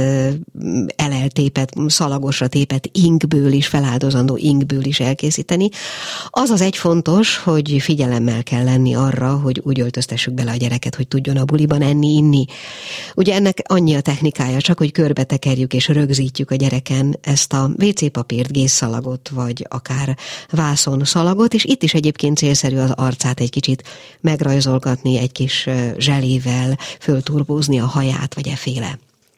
eleltépet, szalagosra tépet inkből is, feláldozandó inkből is elkészíteni. Az egy fontos, hogy figyelemmel kell lenni arra, hogy úgy öltöztessük bele a gyereket, hogy tudjon a buliban enni, inni. Ugye ennek annyi a technikája, csak hogy körbe tekerjük és rögzítjük a gyereken ezt a WC papírt, gézszalagot, vagy akár vászonszalagot, és itt is egyébként célszerű az arcát egy kicsit megrajzolgatni, egy kis zselével fölturbózni a haját, vagy efféle.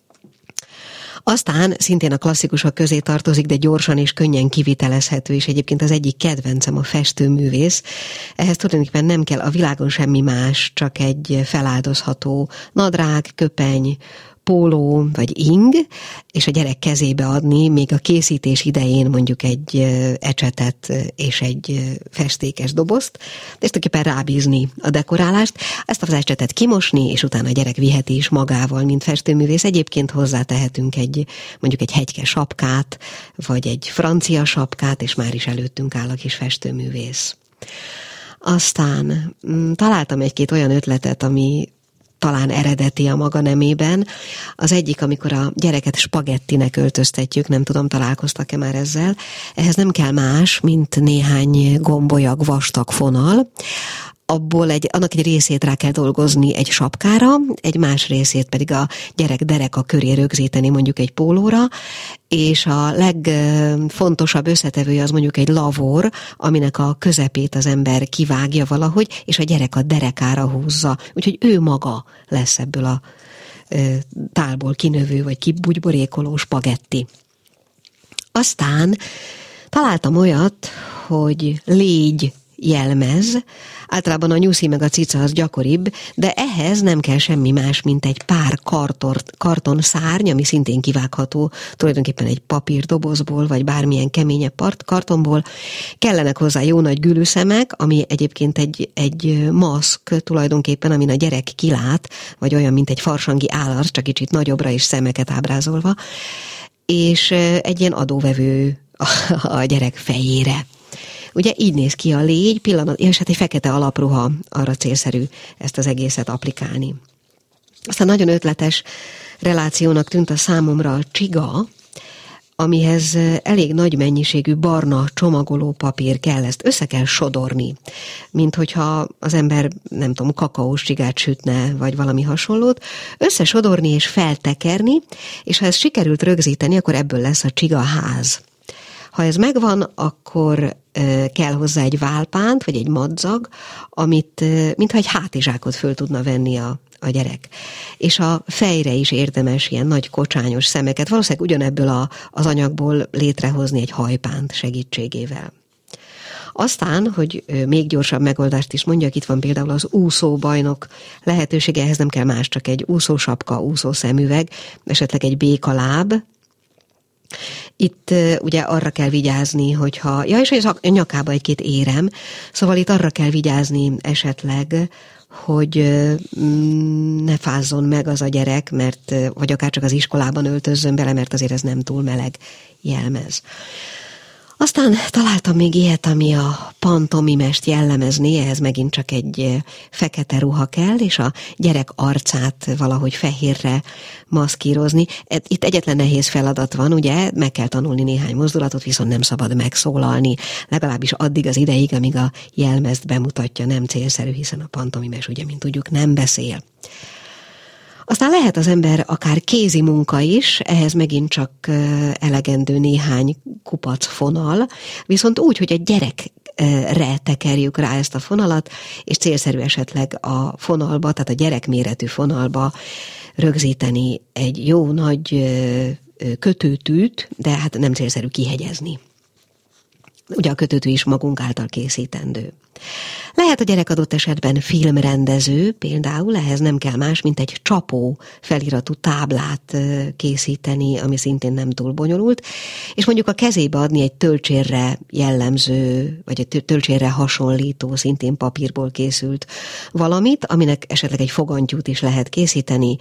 Aztán szintén a klasszikusok közé tartozik, de gyorsan és könnyen kivitelezhető, és egyébként az egyik kedvencem a festőművész. Ehhez tulajdonképpen nem kell a világon semmi más, csak egy feláldozható nadrág, köpeny, póló vagy ing, és a gyerek kezébe adni még a készítés idején mondjuk egy ecsetet és egy festékes dobozt, és tulajdonképpen rábízni a dekorálást, ezt az ecsetet kimosni, és utána a gyerek viheti is magával, mint festőművész. Egyébként hozzátehetünk mondjuk egy hegyke sapkát, vagy egy francia sapkát, és már is előttünk áll a kis festőművész. Aztán találtam egy-két olyan ötletet, ami talán eredeti a maga nemében. Az egyik, amikor a gyereket spagettinek öltöztetjük, nem tudom, találkoztak-e már ezzel. Ehhez nem kell más, mint néhány gombolyag vastag fonal. Annak egy részét rá kell dolgozni egy sapkára, egy más részét pedig a gyerek dereka köré rögzíteni mondjuk egy pólóra, és a legfontosabb összetevője az mondjuk egy lavor, aminek a közepét az ember kivágja valahogy, és a gyerek a derekára húzza. Úgyhogy ő maga lesz ebből a tálból kinövő vagy kibugyborékoló spagetti. Aztán találtam olyat, hogy légy jelmez, általában a nyuszi meg a cica az gyakoribb, de ehhez nem kell semmi más, mint egy pár karton szárny, ami szintén kivágható tulajdonképpen egy papírdobozból, vagy bármilyen keményebb kartonból. Kellenek hozzá jó nagy gülüszemek, ami egyébként egy maszk tulajdonképpen, amin a gyerek kilát, vagy olyan, mint egy farsangi állarc, csak kicsit nagyobbra és szemeket ábrázolva, és egy ilyen adóvevő a gyerek fejére. Ugye így néz ki a légy, és hát egy fekete alapruha, arra célszerű ezt az egészet applikálni. Aztán nagyon ötletes relációnak tűnt a számomra a csiga, amihez elég nagy mennyiségű barna csomagoló papír kell, ezt össze kell sodorni, mint hogyha az ember, nem tudom, kakaós csigát sütne, vagy valami hasonlót, összesodorni és feltekerni, és ha ezt sikerült rögzíteni, akkor ebből lesz a csigaház. Ha ez megvan, akkor kell hozzá egy válpánt, vagy egy madzag, amit, mintha egy hátizsákot föl tudna venni a gyerek. És a fejre is érdemes ilyen nagy kocsányos szemeket, valószínűleg ugyanebből az anyagból létrehozni egy hajpánt segítségével. Aztán, hogy még gyorsabb megoldást is mondjak, itt van például az úszóbajnok lehetősége, ehhez nem kell más, csak egy úszósapka, úszószemüveg, esetleg egy békaláb. Itt ugye arra kell vigyázni, hogyha... Ja, és a nyakába egy-két érem, szóval itt arra kell vigyázni esetleg, hogy ne fázzon meg az a gyerek, vagy akár csak az iskolában öltözzön bele, mert azért ez nem túl meleg jelmez. Aztán találtam még ilyet, ami a pantomimest jellemezni, ehhez megint csak egy fekete ruha kell, és a gyerek arcát valahogy fehérre maszkírozni. Itt egyetlen nehéz feladat van, ugye, meg kell tanulni néhány mozdulatot, viszont nem szabad megszólalni, legalábbis addig az ideig, amíg a jelmezt bemutatja, nem célszerű, hiszen a pantomimes, ugye, mint tudjuk, nem beszél. Aztán lehet az ember akár kézi munka is, ehhez megint csak elegendő néhány kupac fonal, viszont úgy, hogy a gyerekre tekerjük rá ezt a fonalat, és célszerű esetleg a fonalba, tehát a gyerekméretű fonalba rögzíteni egy jó nagy kötőtűt, de hát nem célszerű kihegyezni. Ugye a kötőtű is magunk által készítendő. Lehet a gyerek adott esetben filmrendező, például ehhez nem kell más, mint egy csapó feliratú táblát készíteni, ami szintén nem túl bonyolult, és mondjuk a kezébe adni egy töltsérre jellemző, vagy egy töltsérre hasonlító, szintén papírból készült valamit, aminek esetleg egy fogantyút is lehet készíteni,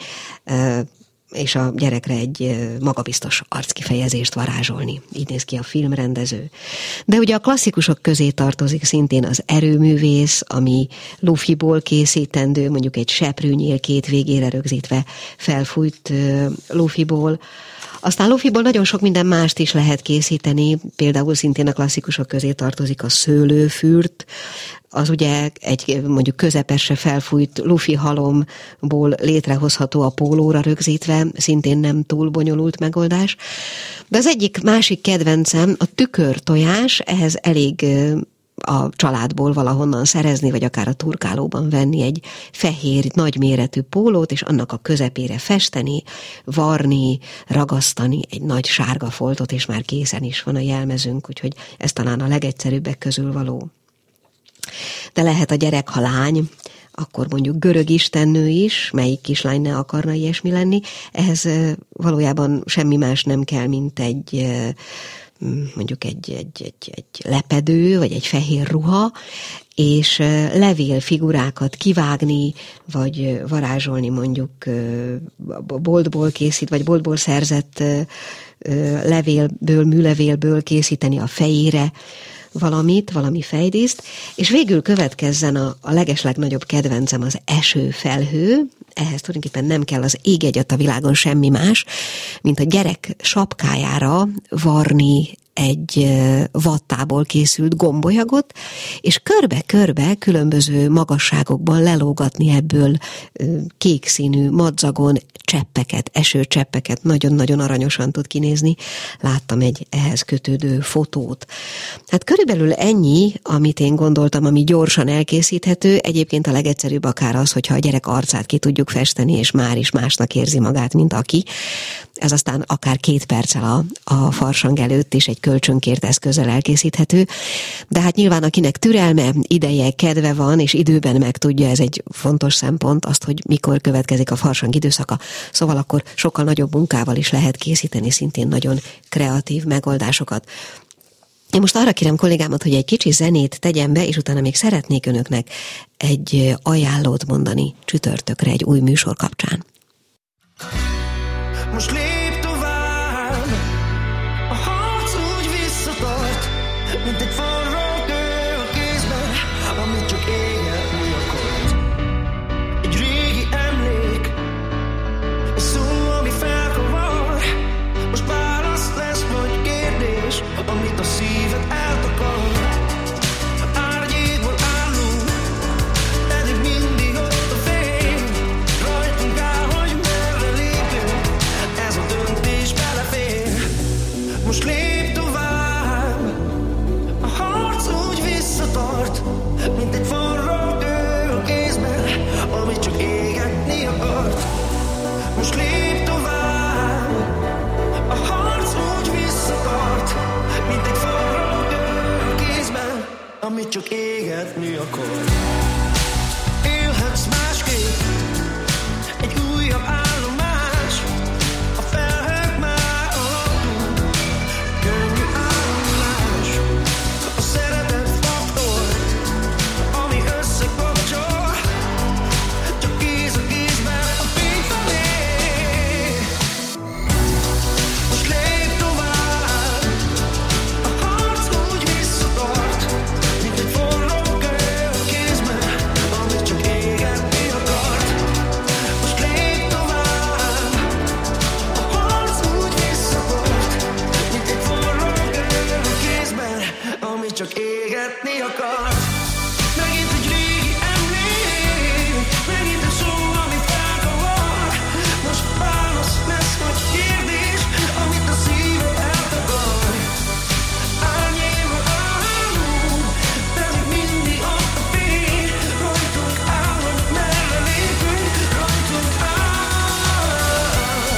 és a gyerekre egy magabiztos arckifejezést varázsolni. Így néz ki a filmrendező. De ugye a klasszikusok közé tartozik szintén az erőművész, ami lufiból készítendő, mondjuk egy seprűnyél két végére rögzítve felfújt lufiból. Aztán lufiból nagyon sok minden mást is lehet készíteni, például szintén a klasszikusok közé tartozik a szőlőfürt, az ugye egy mondjuk közepesre felfújt lufi halomból létrehozható a pólóra rögzítve, szintén nem túl bonyolult megoldás. De az egyik másik kedvencem a tükörtojás, ehhez elég a családból valahonnan szerezni, vagy akár a turkálóban venni egy fehér, nagyméretű pólót, és annak a közepére festeni, varni, ragasztani egy nagy sárga foltot, és már készen is van a jelmezünk, úgyhogy ez talán a legegyszerűbbek közül való. De lehet a gyerek, ha lány, akkor mondjuk görög istennő is, melyik kislány ne akarna ilyesmi lenni, ehhez valójában semmi más nem kell, mint mondjuk egy lepedő, vagy egy fehér ruha, és levélfigurákat kivágni, vagy varázsolni mondjuk boltból készít, vagy boltból szerzett levélből, műlevélből készíteni a fejére valami fejdíszt, és végül következzen a legeslegnagyobb kedvencem, az esőfelhő. Ehhez tulajdonképpen nem kell az ég egyet a világon semmi más, mint a gyerek sapkájára varni egy vattából készült gombolyagot, és körbe-körbe különböző magasságokban lelógatni ebből kék színű madzagon cseppeket, esőcseppeket, nagyon-nagyon aranyosan tud kinézni. Láttam egy ehhez kötődő fotót. Hát körülbelül ennyi, amit én gondoltam, ami gyorsan elkészíthető. Egyébként a legegyszerűbb akár az, hogyha a gyerek arcát ki tudjuk festeni, és már is másnak érzi magát, mint aki. Ez aztán akár 2 perccel a farsang előtt is egy kölcsönkért eszközzel elkészíthető. De hát nyilván akinek türelme, ideje, kedve van, és időben megtudja, ez egy fontos szempont, azt, hogy mikor következik a farsang időszaka. Szóval akkor sokkal nagyobb munkával is lehet készíteni szintén nagyon kreatív megoldásokat. Én most arra kérem kollégámat, hogy egy kicsi zenét tegyen be, és utána még szeretnék önöknek egy ajánlót mondani csütörtökre egy új műsor kapcsán. Most lép tovább, a harc úgy visszatart, mint egy forró kő a kézben, amit csak égetni akart. Egy régi emlék, egy szó, ami felkavar, most válasz lesz vagy kérdés, amit a szíved eltakar. Árnyékból állunk, pedig mindig ott a fény, rajtunk áll, hogy merre lépünk, ez a döntés belefér. Most lép tovább, a harc úgy visszatart, mint egy forró kő a kézben, amit csak égetni akart. Most lép tovább, a harc úgy visszatart, mint egy forró kő a kézben, amit csak égetni akar. Élhetsz másképp, egy újabb állomás, a felhők már alattunk, könnyű állomás. A szeretet faktor, ami összekapcsol, csak kéz a kézben a fény felé. Most lép tovább, a harc úgy visszatart, mint egy forró kő a kézben, amit csak égetni akart. Most lép tovább, a harc úgy visszatart, mint egy forró kő a kézben, amit csak égetni akart. Megint egy régi emlék, megint egy szó, ami felkavar, most válasz lesz vagy kérdés, amit a szíved eltakar. Árnyékban állunk, pedig mindig ott a fény, rajtunk áll, hogy merre lépünk, rajtunk áll.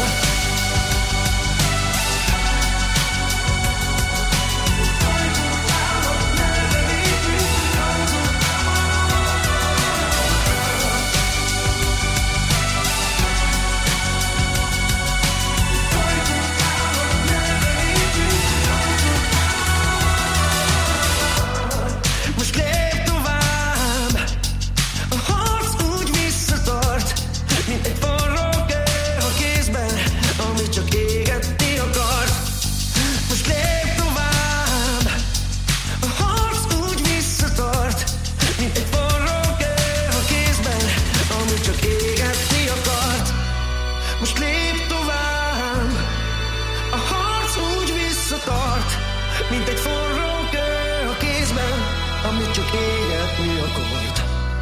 Most lép tovább, a harc úgy visszatart, mint egy forró kő a kézben, amit csak égetni akar. Most lép tovább, a harc úgy visszatart, mint egy forró kő a kézben, amit csak égetni akart. Most lép tovább, a harc úgy visszatart, mint egy forró kő a kézben, amit csak égetni akart.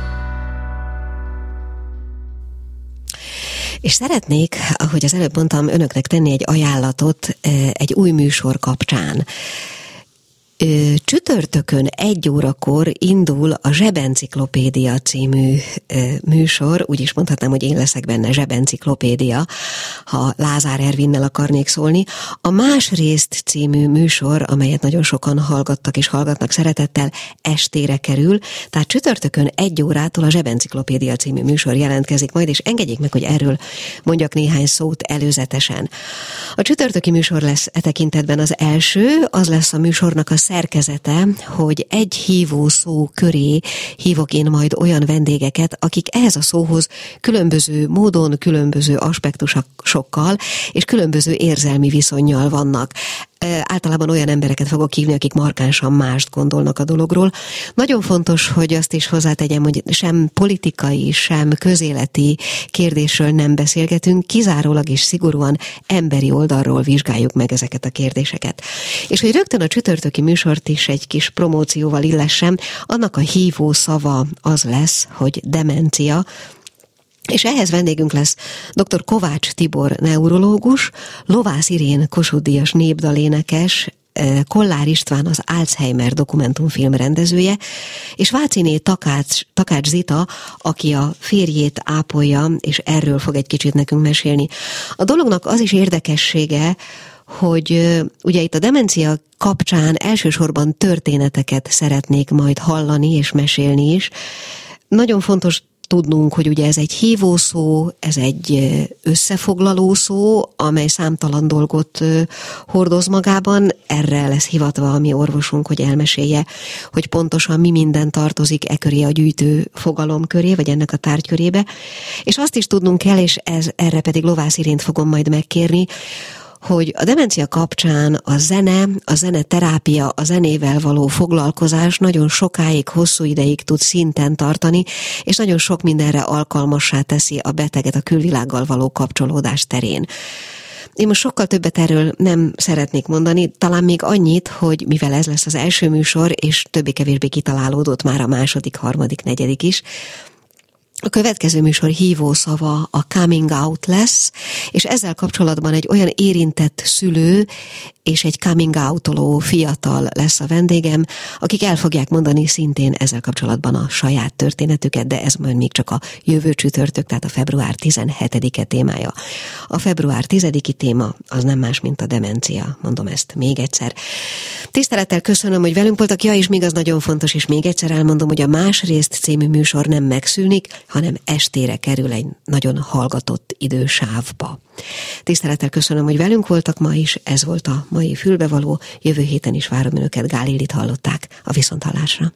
És szeretnék, ahogy az előbb mondtam, önöknek tenni egy ajánlatot egy új műsor kapcsán. Csütörtökön 1 órakor indul a Zsebenciklopédia című műsor, úgy is mondhatnám, hogy én leszek benne Zsebenciklopédia, ha Lázár Ervinnel akarnék szólni. A Másrészt című műsor, amelyet nagyon sokan hallgattak és hallgatnak szeretettel, estére kerül, tehát csütörtökön 1 órától a Zsebenciklopédia című műsor jelentkezik majd, és engedjék meg, hogy erről mondjak néhány szót előzetesen. A csütörtöki műsor lesz e tekintetben az első, az lesz a műsornak a szerkezete, hogy egy hívó szó köré hívok én majd olyan vendégeket, akik ehhez a szóhoz különböző módon, különböző aspektusokkal és különböző érzelmi viszonnyal vannak. Általában olyan embereket fogok hívni, akik markánsan mást gondolnak a dologról. Nagyon fontos, hogy azt is hozzátegyem, hogy sem politikai, sem közéleti kérdésről nem beszélgetünk, kizárólag és szigorúan emberi oldalról vizsgáljuk meg ezeket a kérdéseket. És hogy rögtön a csütörtöki műsort is egy kis promócióval illessem, annak a hívó szava az lesz, hogy demencia, és ehhez vendégünk lesz dr. Kovács Tibor neurológus, Lovász Irén Kossuth-díjas népdalénekes, Kollár István az Alzheimer dokumentumfilm rendezője, és Váciné Takács Zita, aki a férjét ápolja, és erről fog egy kicsit nekünk mesélni. A dolognak az is érdekessége, hogy ugye itt a demencia kapcsán elsősorban történeteket szeretnék majd hallani és mesélni is. Nagyon fontos tudnunk, hogy ugye ez egy hívószó, ez egy összefoglaló szó, amely számtalan dolgot hordoz magában. Erre lesz hivatva a mi orvosunk, hogy elmesélje, hogy pontosan mi minden tartozik e köré, a gyűjtő fogalom köré, vagy ennek a tárgykörébe. És azt is tudnunk kell, és erre pedig Lovász Irént fogom majd megkérni, hogy a demencia kapcsán a zeneterápia, a zenével való foglalkozás nagyon sokáig, hosszú ideig tud szinten tartani, és nagyon sok mindenre alkalmassá teszi a beteget a külvilággal való kapcsolódás terén. Én most sokkal többet erről nem szeretnék mondani, talán még annyit, hogy mivel ez lesz az első műsor, és többé-kevésbé kitalálódott már a második, harmadik, negyedik is, a következő műsor hívószava a coming out lesz, és ezzel kapcsolatban egy olyan érintett szülő és egy coming out-oló fiatal lesz a vendégem, akik el fogják mondani szintén ezzel kapcsolatban a saját történetüket, de ez majd még csak a jövő csütörtök, tehát a február 17-e témája. A február 10-i téma az nem más, mint a demencia, mondom ezt még egyszer. Tisztelettel köszönöm, hogy velünk voltak, és még az nagyon fontos, és még egyszer elmondom, hogy a Másrészt című műsor nem megszűnik, hanem estére kerül egy nagyon hallgatott idősávba. Tisztelettel köszönöm, hogy velünk voltak ma is, ez volt a mai fülbevaló, jövő héten is várom önöket, Gál Illit hallották, a viszonthallásra.